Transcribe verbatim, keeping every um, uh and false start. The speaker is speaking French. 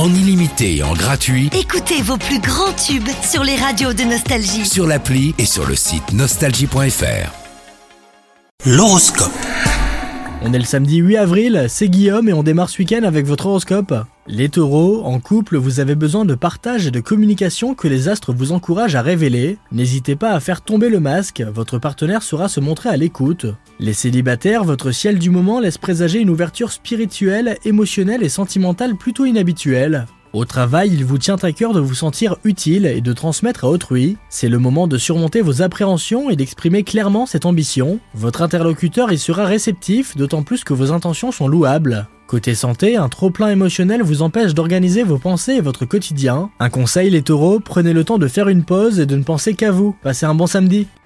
en illimité et en gratuit Écoutez vos plus grands tubes sur les radios de Nostalgie. sur l'appli et sur le site nostalgie point f r. L'horoscope. On est le samedi huit avril, c'est Guillaume et on démarre ce week-end avec votre horoscope. Les taureaux, en couple, vous avez besoin de partage et de communication que les astres vous encouragent à révéler. N'hésitez pas à faire tomber le masque, votre partenaire saura se montrer à l'écoute. Les célibataires, votre ciel du moment laisse présager une ouverture spirituelle, émotionnelle et sentimentale plutôt inhabituelle. Au travail, il vous tient à cœur de vous sentir utile et de transmettre à autrui. C'est le moment de surmonter vos appréhensions et d'exprimer clairement cette ambition. Votre interlocuteur y sera réceptif, d'autant plus que vos intentions sont louables. Côté santé, un trop-plein émotionnel vous empêche d'organiser vos pensées et votre quotidien. Un conseil les taureaux, prenez le temps de faire une pause et de ne penser qu'à vous. Passez un bon samedi.